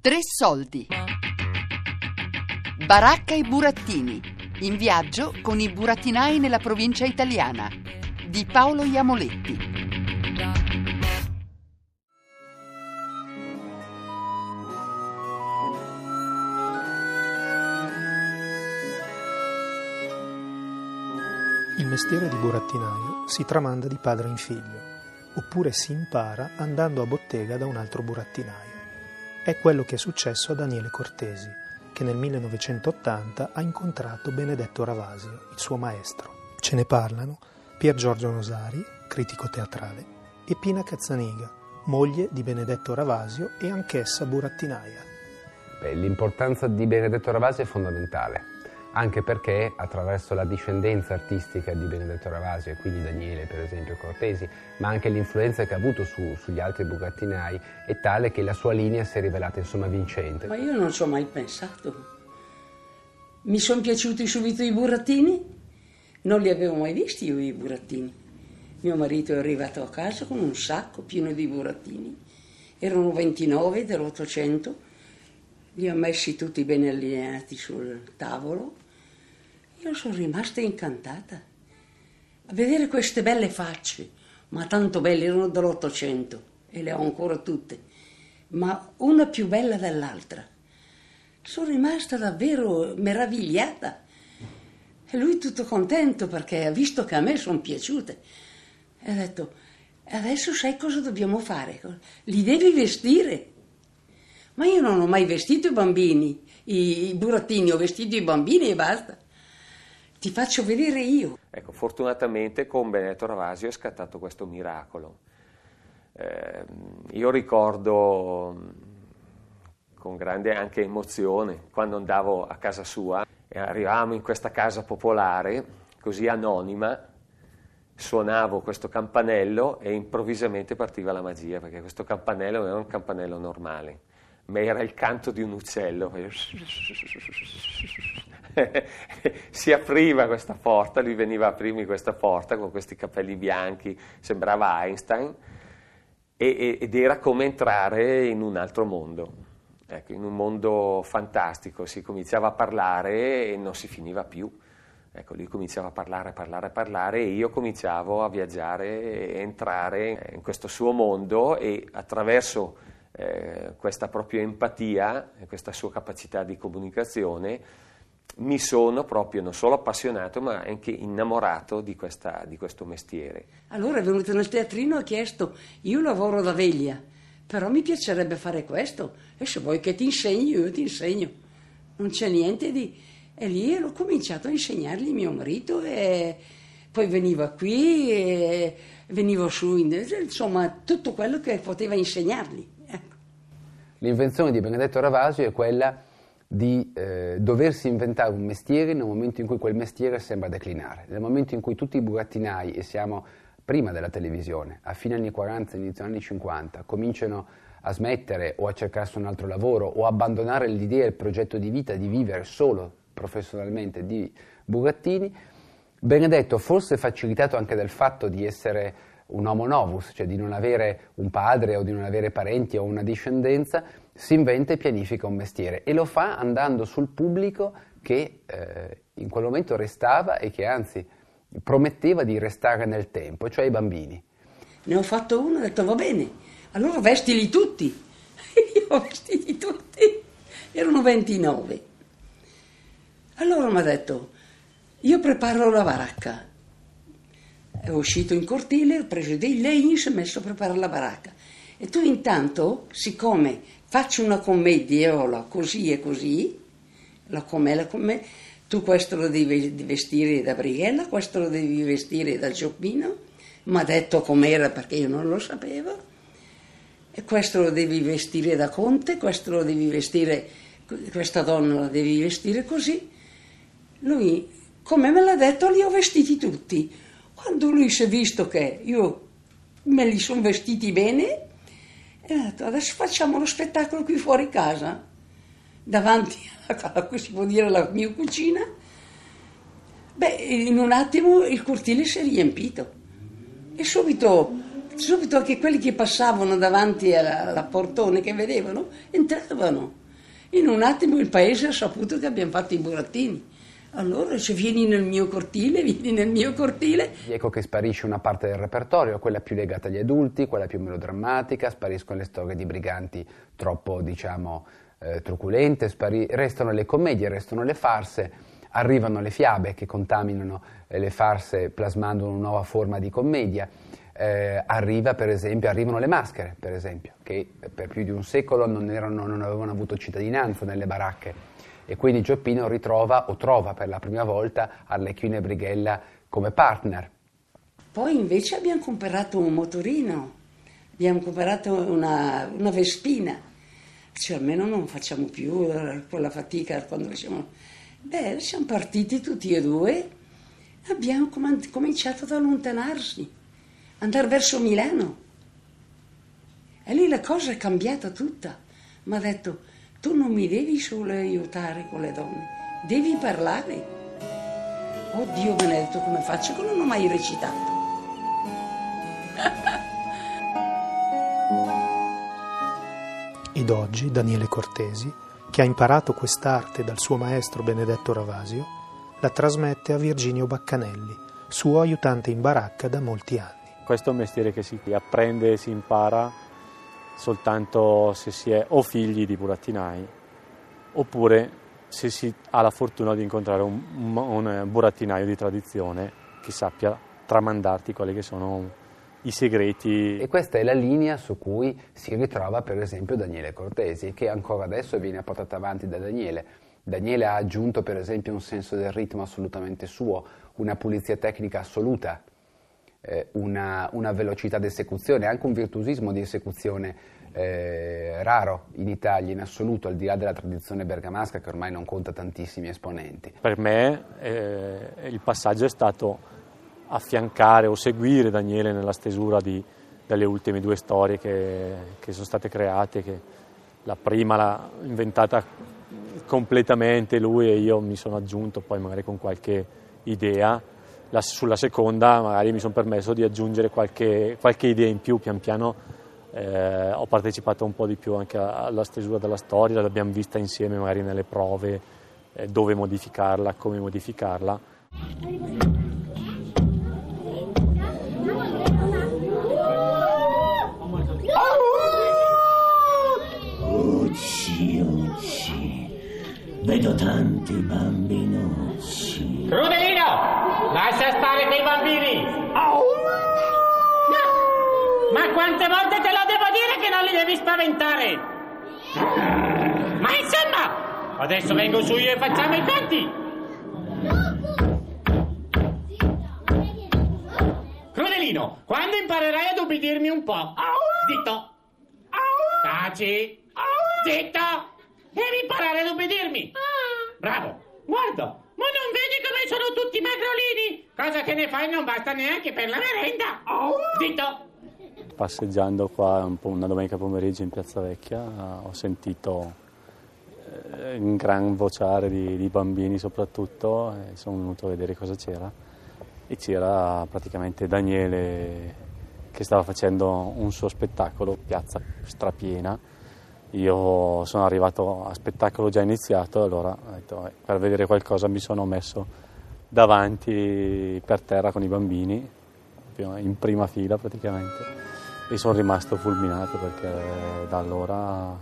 Tre soldi. Baracca e burattini. In viaggio con i burattinai nella provincia italiana. Di Paolo Iamoletti. Il mestiere di burattinaio si tramanda di padre in figlio, oppure si impara andando a bottega da un altro burattinaio. È quello che è successo a Daniele Cortesi, che nel 1980 ha incontrato Benedetto Ravasio, il suo maestro. Ce ne parlano Pier Giorgio Nosari, critico teatrale, e Pina Cazzaniga, moglie di Benedetto Ravasio e anch'essa burattinaia. L'importanza di Benedetto Ravasio è fondamentale, anche perché attraverso la discendenza artistica di Benedetto Ravasio e quindi Daniele per esempio Cortesi, ma anche l'influenza che ha avuto sugli altri burattinai è tale che la sua linea si è rivelata insomma vincente. Ma io non ci ho mai pensato. Mi sono piaciuti subito i burattini, non li avevo mai visti io i burattini. Mio marito è arrivato a casa con un sacco pieno di burattini, erano 29 dell'800, li ho messi tutti ben allineati sul tavolo. Io sono rimasta incantata a vedere queste belle facce, ma tanto belle, erano dell'800 e le ho ancora tutte, ma una più bella dell'altra. Sono rimasta davvero meravigliata e lui tutto contento perché ha visto che a me sono piaciute e ha detto: adesso sai cosa dobbiamo fare? Li devi vestire. Ma io non ho mai vestito i bambini, i burattini, ho vestito i bambini e basta. Ti faccio vedere io. Ecco, fortunatamente con Benedetto Ravasio è scattato questo miracolo. Io ricordo con grande anche emozione quando andavo a casa sua e arrivavamo in questa casa popolare, così anonima, suonavo questo campanello e improvvisamente partiva la magia, perché questo campanello non era un campanello normale, ma era il canto di un uccello. Si apriva questa porta, lui veniva a aprirmi questa porta con questi capelli bianchi, sembrava Einstein, ed era come entrare in un altro mondo, ecco, in un mondo fantastico. Si cominciava a parlare e non si finiva più. Ecco, lui cominciava a parlare e io cominciavo a viaggiare e entrare in questo suo mondo e attraverso questa propria empatia e questa sua capacità di comunicazione mi sono proprio non solo appassionato ma anche innamorato di questo mestiere. Allora è venuto nel teatrino e ha chiesto: io lavoro da veglia, però mi piacerebbe fare questo e se vuoi che ti insegni io ti insegno, non c'è niente di... E lì ho cominciato a insegnargli mio marito e poi veniva qui e venivo su, insomma tutto quello che poteva insegnargli. L'invenzione di Benedetto Ravasio è quella di doversi inventare un mestiere nel momento in cui quel mestiere sembra declinare, nel momento in cui tutti i burattinai, e siamo prima della televisione, a fine anni 40, inizio anni 50, cominciano a smettere o a cercarsi un altro lavoro o abbandonare l'idea e il progetto di vita di vivere solo professionalmente di burattini, Benedetto, forse facilitato anche dal fatto di essere un homo novus, cioè di non avere un padre o di non avere parenti o una discendenza, si inventa e pianifica un mestiere e lo fa andando sul pubblico che in quel momento restava e che anzi prometteva di restare nel tempo, cioè i bambini. Ne ho fatto uno e ho detto: va bene, allora vestili tutti. Io ho vestiti tutti, erano 29. Allora mi ha detto: io preparo la baracca. È uscito in cortile, ho preso dei legni e si è messo a preparare la baracca. E tu intanto, siccome faccio una commediola così e così, la com'è, tu questo lo devi vestire da Brighella, questo lo devi vestire da Gioppino, mi ha detto com'era perché io non lo sapevo, e questo lo devi vestire da Conte, questo lo devi vestire, questa donna la devi vestire così. Lui, come me l'ha detto, li ho vestiti tutti. Quando lui si è visto che io me li sono vestiti bene, ha detto: adesso facciamo lo spettacolo qui fuori casa, davanti a, si può dire, la mia cucina. Beh, in un attimo il cortile si è riempito e subito Subito anche quelli che passavano davanti alla portone che vedevano, entravano. In un attimo il paese ha saputo che abbiamo fatto i burattini. Allora se vieni nel mio cortile, vieni nel mio cortile. Ecco che sparisce una parte del repertorio, quella più legata agli adulti, quella più melodrammatica, spariscono le storie di briganti troppo, diciamo, truculente, restano le commedie, restano le farse, arrivano le fiabe che contaminano le farse plasmando una nuova forma di commedia, arrivano le maschere, per esempio, che per più di un secolo non avevano avuto cittadinanza nelle baracche, e quindi Gioppino trova per la prima volta Arlecchino e Brighella come partner. Poi invece abbiamo comprato un motorino, abbiamo comprato una Vespina. Cioè, almeno non facciamo più quella fatica quando siamo partiti tutti e due, abbiamo cominciato ad allontanarsi, andare verso Milano. E lì la cosa è cambiata tutta. Mi ha detto, tu non mi devi solo aiutare con le donne, devi parlare. Oh Dio benedetto, come faccio che non ho mai recitato? Ed oggi Daniele Cortesi, che ha imparato quest'arte dal suo maestro Benedetto Ravasio, la trasmette a Virginio Baccanelli, suo aiutante in baracca da molti anni. Questo è un mestiere che si apprende e si impara soltanto se si è o figli di burattinai, oppure se si ha la fortuna di incontrare un burattinaio di tradizione che sappia tramandarti quelli che sono i segreti. E questa è la linea su cui si ritrova per esempio Daniele Cortesi, che ancora adesso viene portata avanti da Daniele. Daniele ha aggiunto per esempio un senso del ritmo assolutamente suo, una pulizia tecnica assoluta, una velocità di esecuzione, anche un virtuosismo di esecuzione raro in Italia in assoluto, al di là della tradizione bergamasca che ormai non conta tantissimi esponenti. Per me il passaggio è stato affiancare o seguire Daniele nella stesura delle ultime due storie che sono state create, che la prima l'ha inventata completamente lui e io mi sono aggiunto poi magari con qualche idea. Sulla seconda magari mi sono permesso di aggiungere qualche idea in più, pian piano ho partecipato un po' di più anche alla stesura della storia, l'abbiamo vista insieme magari nelle prove, dove modificarla, come modificarla. Vedo tanti bambinucci. Rudelino, lascia stare quei bambini! No. Ma quante volte te lo devo dire che non li devi spaventare? Ma insomma, adesso vengo su io e facciamo i conti! Rudelino, quando imparerai ad ubbidirmi un po'? Zitto! Taci! Zitto! Devi imparare ad ubbidirmi! Bravo! Guarda! Ma non vedi come sono tutti magrolini? Cosa che ne fai non basta neanche per la merenda! Zitto! Passeggiando qua un po' una domenica pomeriggio in Piazza Vecchia ho sentito un gran vociare di bambini soprattutto e sono venuto a vedere cosa c'era. E c'era praticamente Daniele che stava facendo un suo spettacolo, piazza strapiena. Io sono arrivato a spettacolo già iniziato, allora ho detto, per vedere qualcosa mi sono messo davanti per terra con i bambini, in prima fila praticamente, e sono rimasto fulminato perché da allora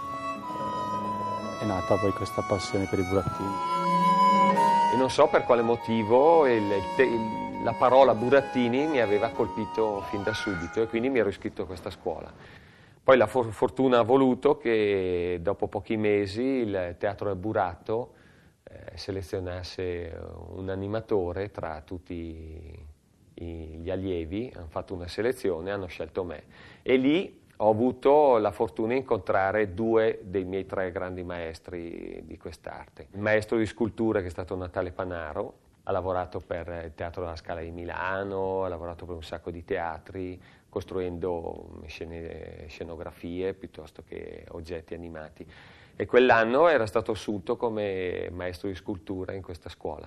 è nata poi questa passione per i burattini. E non so per quale motivo la parola burattini mi aveva colpito fin da subito e quindi mi ero iscritto a questa scuola. Poi la fortuna ha voluto che dopo pochi mesi il Teatro del Burato selezionasse un animatore tra tutti gli allievi, hanno fatto una selezione, hanno scelto me. E lì ho avuto la fortuna di incontrare due dei miei tre grandi maestri di quest'arte. Il maestro di scultura che è stato Natale Panaro, ha lavorato per il Teatro della Scala di Milano, ha lavorato per un sacco di teatri, costruendo scenografie piuttosto che oggetti animati. E quell'anno era stato assunto come maestro di scultura in questa scuola.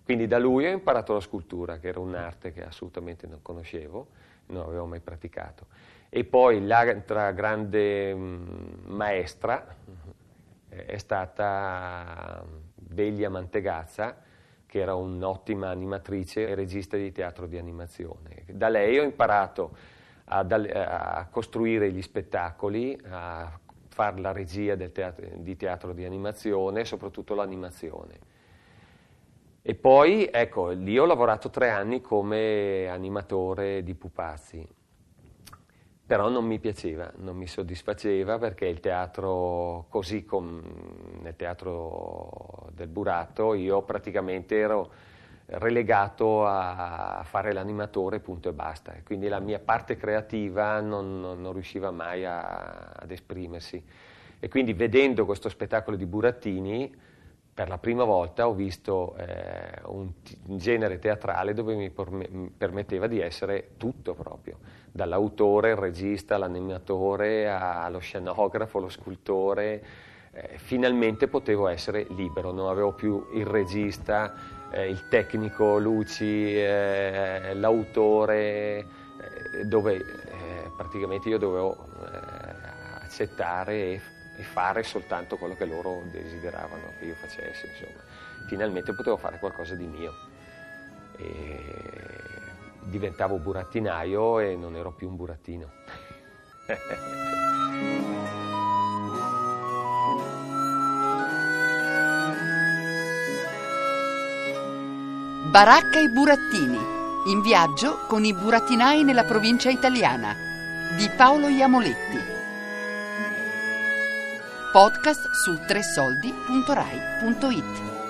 Quindi da lui ho imparato la scultura, che era un'arte che assolutamente non conoscevo, non avevo mai praticato. E poi l'altra grande maestra è stata Velia Mantegazza, che era un'ottima animatrice e regista di teatro di animazione. Da lei ho imparato a costruire gli spettacoli, a fare la regia di teatro di animazione e soprattutto l'animazione. E poi, ecco, lì ho lavorato 3 anni come animatore di pupazzi, però non mi piaceva, non mi soddisfaceva, perché il teatro, così come nel teatro del Burato, io praticamente ero relegato a fare l'animatore, punto e basta. E quindi la mia parte creativa non riusciva mai ad esprimersi. E quindi, vedendo questo spettacolo di Burattini, per la prima volta ho visto un genere teatrale dove mi permetteva di essere tutto proprio, dall'autore, il regista, l'animatore, allo scenografo, lo scultore. Finalmente potevo essere libero, non avevo più il regista, il tecnico luci, l'autore, dove praticamente io dovevo accettare e fare soltanto quello che loro desideravano che io facessi, insomma. Finalmente potevo fare qualcosa di mio. E diventavo burattinaio e non ero più un burattino. Baracca e burattini, in viaggio con i burattinai nella provincia italiana, di Paolo Iamoletti. Podcast su tresoldi.rai.it.